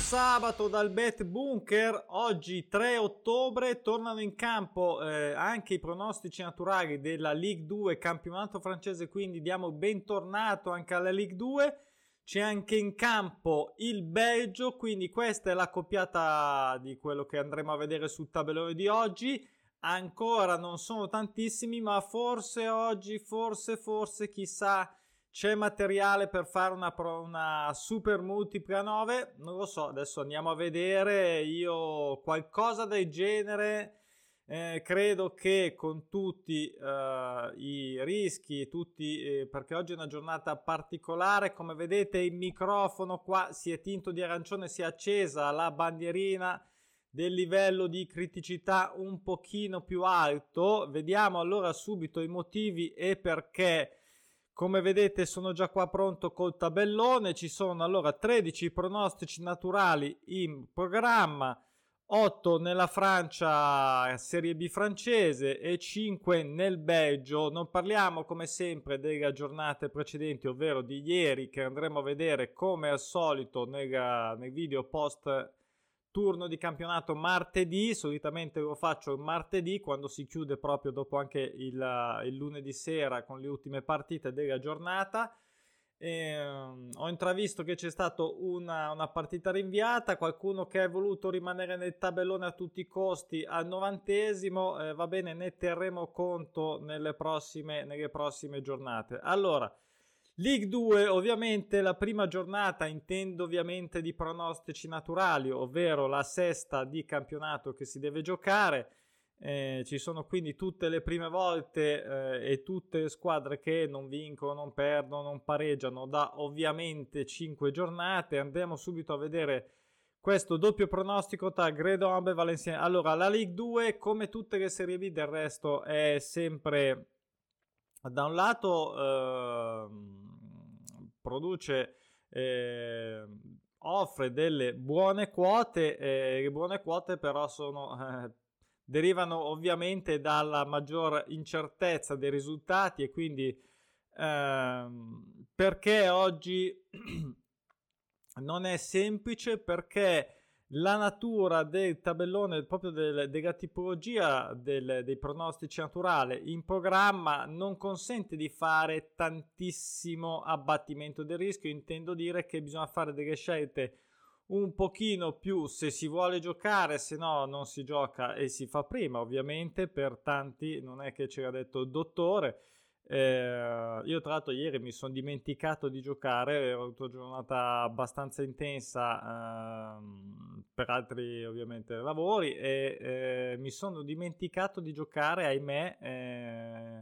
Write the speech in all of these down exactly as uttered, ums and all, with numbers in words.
sabato dal Bet Bunker. Oggi tre ottobre tornano in campo eh, anche i pronostici naturali della Ligue due, campionato francese, quindi diamo bentornato anche alla Ligue due. C'è anche in campo il Belgio, quindi questa è la coppiata di quello che andremo a vedere sul tabellone di oggi. Ancora non sono tantissimi, ma forse oggi, forse, forse, chissà, c'è materiale per fare una, una super multipla nove. Non lo so, adesso andiamo a vedere. Io qualcosa del genere eh, credo che con tutti eh, i rischi, tutti, eh, perché oggi è una giornata particolare, come vedete il microfono qua si è tinto di arancione, si è accesa la bandierina del livello di criticità un pochino più alto. Vediamo allora subito i motivi e perché. Come vedete sono già qua pronto col tabellone. Ci sono allora tredici pronostici naturali in programma, otto nella Francia, Serie B francese, e cinque nel Belgio. Non parliamo come sempre delle giornate precedenti, ovvero di ieri, che andremo a vedere come al solito nel, nel video post turno di campionato martedì. Solitamente lo faccio il martedì, quando si chiude proprio dopo anche il, il lunedì sera con le ultime partite della giornata. E, um, ho intravisto che c'è stata una, una partita rinviata, qualcuno che ha voluto rimanere nel tabellone a tutti i costi al novantesimo. Eh, va bene, ne terremo conto nelle prossime, nelle prossime giornate. Allora, Ligue due, ovviamente la prima giornata, intendo ovviamente di pronostici naturali, ovvero la sesta di campionato che si deve giocare. Eh, ci sono quindi tutte le prime volte eh, e tutte le squadre che non vincono, non perdono, non pareggiano da ovviamente cinque giornate. Andiamo subito a vedere questo doppio pronostico tra Grenoble e Valenciennes. Allora, la Ligue due, come tutte le Serie B del resto, è sempre, da un lato eh, produce, eh, offre delle buone quote, eh, le buone quote però sono, eh, derivano ovviamente dalla maggior incertezza dei risultati, e quindi ehm, perché oggi non è semplice, perché la natura del tabellone, proprio del, della tipologia del, dei pronostici naturali in programma, non consente di fare tantissimo abbattimento del rischio. Intendo dire che bisogna fare delle scelte un pochino più, se si vuole giocare, se no non si gioca e si fa prima, ovviamente. Per tanti non è che ce l'ha detto il dottore. Eh, io tra l'altro ieri mi sono dimenticato di giocare, ho avuto una giornata abbastanza intensa ehm, per altri ovviamente lavori, e eh, mi sono dimenticato di giocare, ahimè, eh,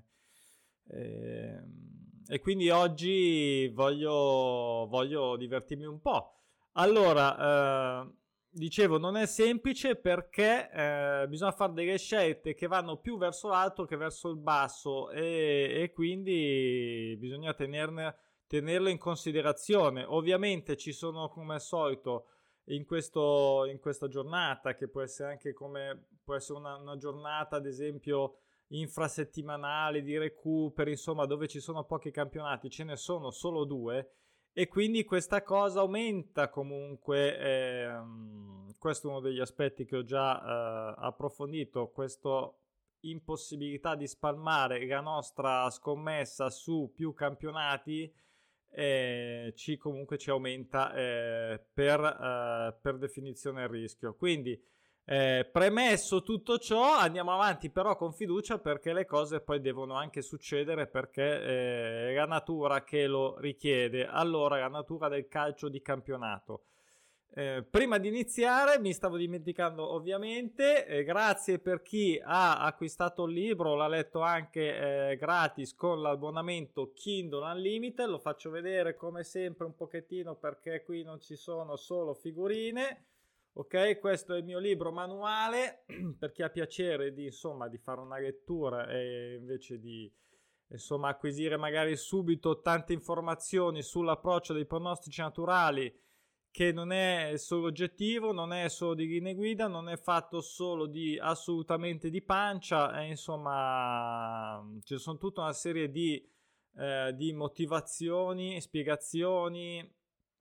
eh, e quindi oggi voglio, voglio divertirmi un po'. Allora, eh, dicevo, non è semplice perché eh, bisogna fare delle scelte che vanno più verso l'alto che verso il basso, e, e quindi bisogna tenerne, tenerlo in considerazione. Ovviamente ci sono, come al solito, in, questo, in questa giornata, che può essere anche come può essere una, una giornata, ad esempio, infrasettimanale di recuperi, insomma, dove ci sono pochi campionati, ce ne sono solo due. E quindi questa cosa aumenta comunque, ehm, questo è uno degli aspetti che ho già eh, approfondito, questa impossibilità di spalmare la nostra scommessa su più campionati, eh, ci comunque ci aumenta eh, per, eh, per definizione il rischio. Quindi Eh, premesso tutto ciò, andiamo avanti però con fiducia, perché le cose poi devono anche succedere, perché eh, è la natura che lo richiede. Allora, la natura del calcio di campionato. Eh, prima di iniziare, mi stavo dimenticando ovviamente, eh, grazie per chi ha acquistato il libro, l'ha letto anche eh, gratis con l'abbonamento Kindle Unlimited. Lo faccio vedere come sempre un pochettino, perché qui non ci sono solo figurine. Ok, questo è il mio libro manuale per chi ha piacere di, insomma, di fare una lettura e invece di, insomma, acquisire magari subito tante informazioni sull'approccio dei pronostici naturali, che non è solo oggettivo, non è solo di linee guida, non è fatto solo di assolutamente di pancia, e insomma ci sono tutta una serie di, eh, di motivazioni, spiegazioni,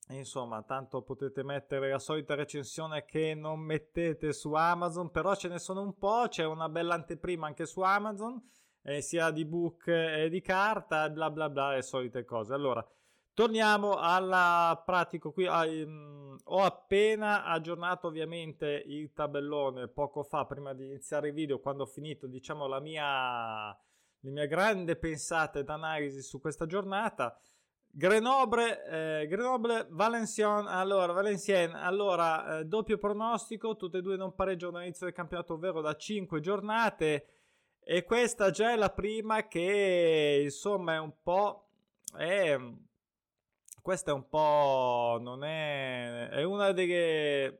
insomma, tanto potete mettere la solita recensione che non mettete su Amazon, però ce ne sono un po', c'è una bella anteprima anche su Amazon, eh, sia di book e di carta, bla bla bla, le solite cose. Allora, torniamo alla pratico qui. Ah, um, ho appena aggiornato ovviamente il tabellone poco fa, prima di iniziare il video, quando ho finito, diciamo, la mia, la mia grande pensata ed analisi su questa giornata. Grenoble, eh, Grenoble, Valenciennes, allora, Valenciennes, allora eh, doppio pronostico, tutte e due non pareggiano all'inizio del campionato, ovvero da cinque giornate, e questa già è la prima che, insomma, è un po', è, questa è un po', non è, è una delle,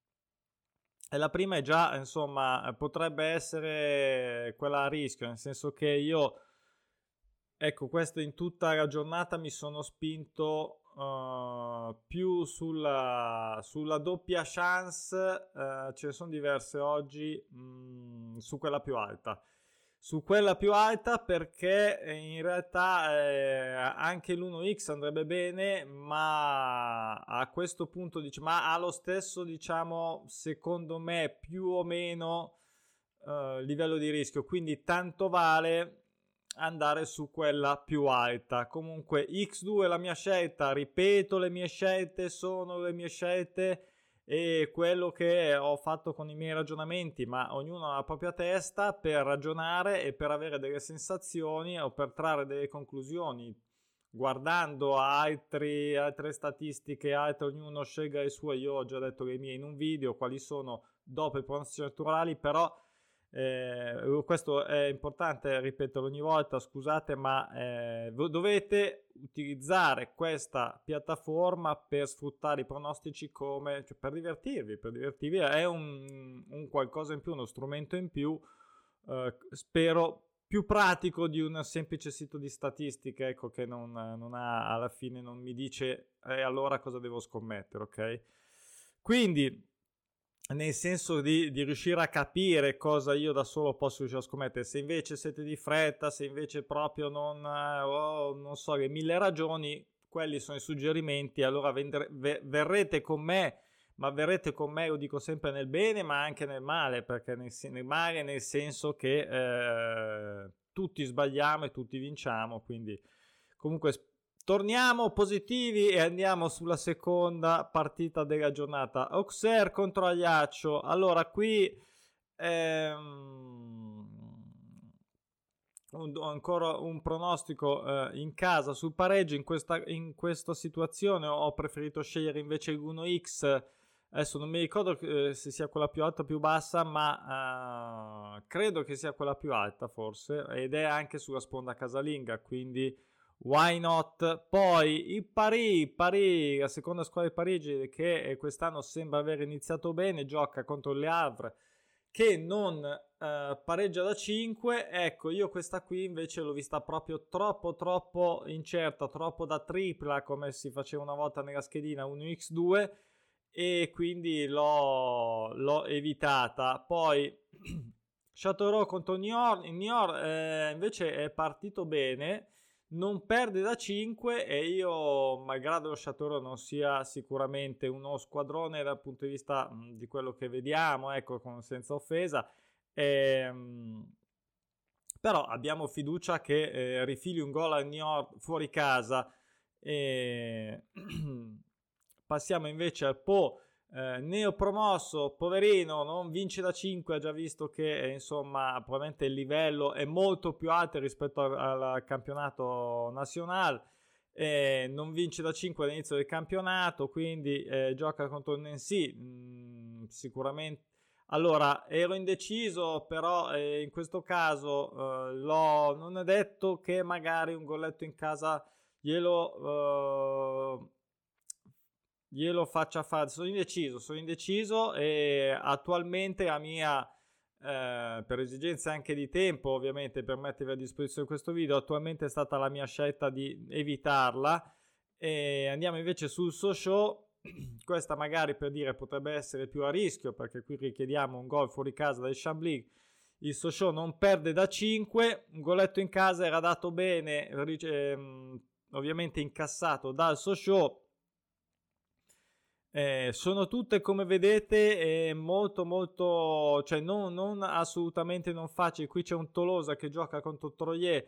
è la prima, è già, insomma, potrebbe essere quella a rischio, nel senso che io, ecco, questo in tutta la giornata mi sono spinto uh, più sulla, sulla doppia chance, uh, ce ne sono diverse oggi, mh, su quella più alta. Su quella più alta perché in realtà eh, anche l'uno x andrebbe bene, ma a questo punto dice, ma ha lo stesso, diciamo, secondo me più o meno uh, livello di rischio, quindi tanto vale andare su quella più alta. Comunque X due è la mia scelta, ripeto, le mie scelte sono le mie scelte e quello che ho fatto con i miei ragionamenti, ma ognuno ha la propria testa per ragionare e per avere delle sensazioni o per trarre delle conclusioni guardando altri, altre statistiche, altre, ognuno scelga le sue. Io ho già detto le mie in un video, quali sono dopo i pronostici naturali, però Eh, questo è importante, ripeto ogni volta, scusate, ma eh, dovete utilizzare questa piattaforma per sfruttare i pronostici come, cioè per divertirvi, per divertirvi è un, un qualcosa in più, uno strumento in più, eh, spero più pratico di un semplice sito di statistiche, ecco, che non, non ha, alla fine non mi dice eh, allora cosa devo scommettere, ok? Quindi nel senso di, di riuscire a capire cosa io da solo posso riuscire a scommettere. Se invece siete di fretta, se invece proprio non, eh, oh, non so, le mille ragioni, quelli sono i suggerimenti, allora vendere, ver, verrete con me, ma verrete con me, lo dico sempre, nel bene ma anche nel male, perché nel, nel male nel senso che eh, tutti sbagliamo e tutti vinciamo, quindi comunque torniamo positivi e andiamo sulla seconda partita della giornata. Auxerre contro Ajaccio. Allora qui ehm, un, ancora un pronostico eh, in casa sul pareggio. In questa, in questa situazione ho preferito scegliere invece il uno x. Adesso non mi ricordo eh, se sia quella più alta o più bassa, ma eh, credo che sia quella più alta forse, ed è anche sulla sponda casalinga, quindi why not? Poi il Paris, Paris, la seconda squadra di Parigi che quest'anno sembra aver iniziato bene, gioca contro il Le Havre che non eh, pareggia da cinque. Ecco, io questa qui invece l'ho vista proprio troppo troppo incerta, troppo da tripla come si faceva una volta nella schedina uno x due, e quindi l'ho, l'ho evitata. Poi Châteauroux contro Niort, Niort eh, invece è partito bene, non perde da cinque, e io, malgrado lo Châteauroux non sia sicuramente uno squadrone dal punto di vista mh, di quello che vediamo, ecco, con, senza offesa, ehm, però abbiamo fiducia che eh, rifili un gol a Niort fuori casa. E passiamo invece al Po, eh, neopromosso, poverino, non vince da cinque, ha già visto che eh, insomma probabilmente il livello è molto più alto rispetto al, al campionato nazionale, eh, non vince da cinque all'inizio del campionato, quindi eh, gioca contro il Nancy, mh, sicuramente. Allora, ero indeciso, però eh, in questo caso eh, l'ho, non è detto che magari un golletto in casa glielo... Eh, glielo faccia fare. Sono indeciso, sono indeciso e attualmente la mia, eh, per esigenze anche di tempo, ovviamente, per mettervi a disposizione questo video, attualmente è stata la mia scelta di evitarla. E andiamo invece sul Sochaux. Questa magari, per dire, potrebbe essere più a rischio, perché qui richiediamo un gol fuori casa del Chablis. Il Sochaux non perde da cinque, un goletto in casa era dato bene, ehm, ovviamente incassato dal Sochaux. Eh, sono tutte, come vedete, eh, molto molto, cioè non, non assolutamente non facili. Qui c'è un Tolosa che gioca contro Troyes,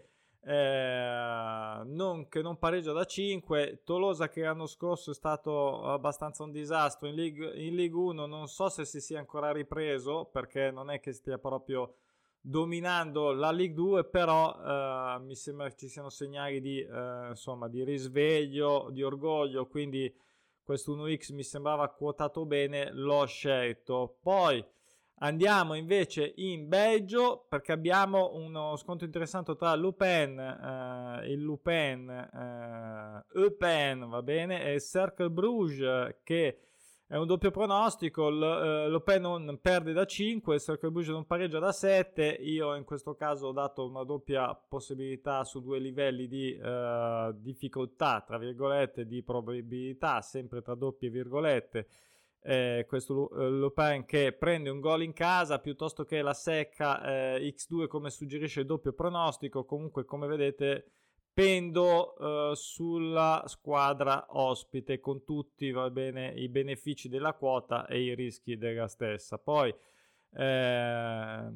eh, non, che non pareggia da cinque. Tolosa che l'anno scorso è stato abbastanza un disastro in Ligue, in Ligue uno, non so se si sia ancora ripreso, perché non è che stia proprio dominando la Ligue due, però eh, mi sembra che ci siano segnali di, eh, insomma, di risveglio, di orgoglio, quindi questo uno x mi sembrava quotato bene, l'ho scelto. Poi andiamo invece in Belgio, perché abbiamo uno scontro interessante tra Lupin, eh, il Lupin, eh, Eupen, va bene, e Cercle Bruges, che è un doppio pronostico. L, eh, Lupin non perde da cinque, Cercle Bruges non pareggia da sette. Io in questo caso ho dato una doppia possibilità su due livelli di eh, difficoltà, tra virgolette, di probabilità, sempre tra doppie virgolette. Eh, questo eh, Lupin che prende un gol in casa piuttosto che la secca eh, X due come suggerisce il doppio pronostico. Comunque, come vedete, pendo eh, sulla squadra ospite con tutti, va bene, i benefici della quota e i rischi della stessa. Poi eh,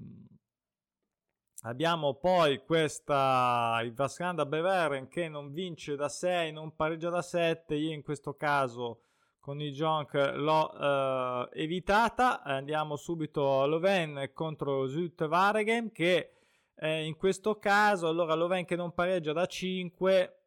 abbiamo poi questa il Vaslanda Beveren che non vince da sei, non pareggia da sette. Io in questo caso con il Jonk l'ho eh, evitata. Andiamo subito a Leuven contro Zulte Waregem, che eh, in questo caso, allora, Leuven che non pareggia da cinque,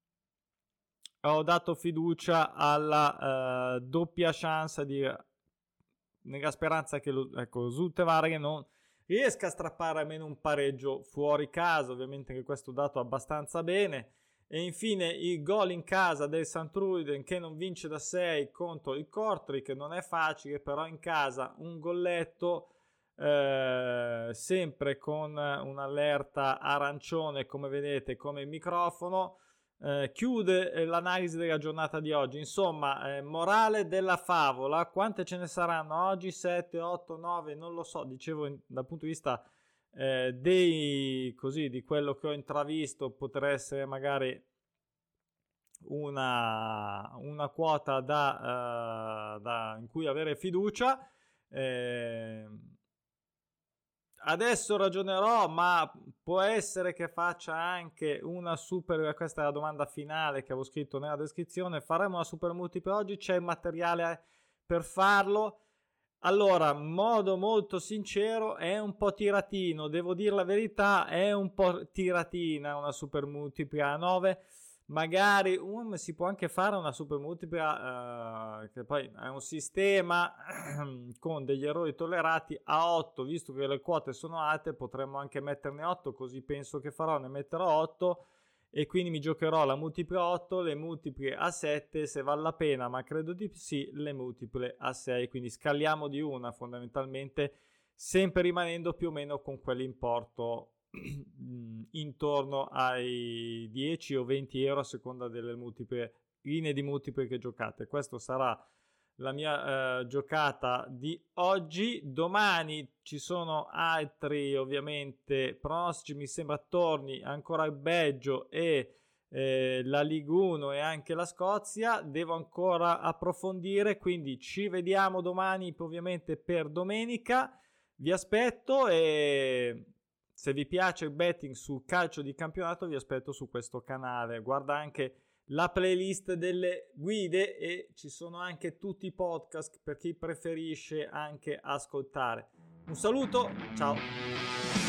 ho dato fiducia alla eh, doppia chance di, nella speranza che lo, ecco, Zulte Waregem non riesca a strappare almeno un pareggio fuori casa. Ovviamente che questo dato abbastanza bene. E infine il gol in casa del Santruiden che non vince da sei contro il Kortrijk, non è facile, però in casa un golletto, eh, sempre con un'allerta arancione, come vedete, come il microfono, eh, chiude l'analisi della giornata di oggi. Insomma, eh, morale della favola, quante ce ne saranno oggi? sette, otto, nove, non lo so, dicevo in, dal punto di vista Eh, dei, così, di quello che ho intravisto, potrebbe essere magari una, una quota da, uh, da in cui avere fiducia. Eh, adesso ragionerò, ma può essere che faccia anche una super, questa è la domanda finale che avevo scritto nella descrizione, faremo una super multipla oggi, c'è il materiale per farlo. Allora, modo molto sincero, è un po' tiratino, devo dire la verità, è un po' tiratina una super multipla a nove. Magari um, si può anche fare una super multipla uh, che poi è un sistema con degli errori tollerati a otto, visto che le quote sono alte potremmo anche metterne otto, così penso che farò, ne metterò otto e quindi mi giocherò la multipla otto, le multiple a sette se vale la pena, ma credo di sì, le multiple a sei, quindi scaliamo di una fondamentalmente, sempre rimanendo più o meno con quell'importo intorno ai dieci o venti euro a seconda delle multiple linee di multiple che giocate. Questa sarà la mia eh, giocata di oggi. Domani ci sono altri, ovviamente, pronostici, mi sembra torni ancora il Belgio e eh, la Ligue uno e anche la Scozia. Devo ancora approfondire, quindi ci vediamo domani, ovviamente, per domenica. Vi aspetto e se vi piace il betting sul calcio di campionato vi aspetto su questo canale. Guarda anche la playlist delle guide e ci sono anche tutti i podcast per chi preferisce anche ascoltare. Un saluto, ciao!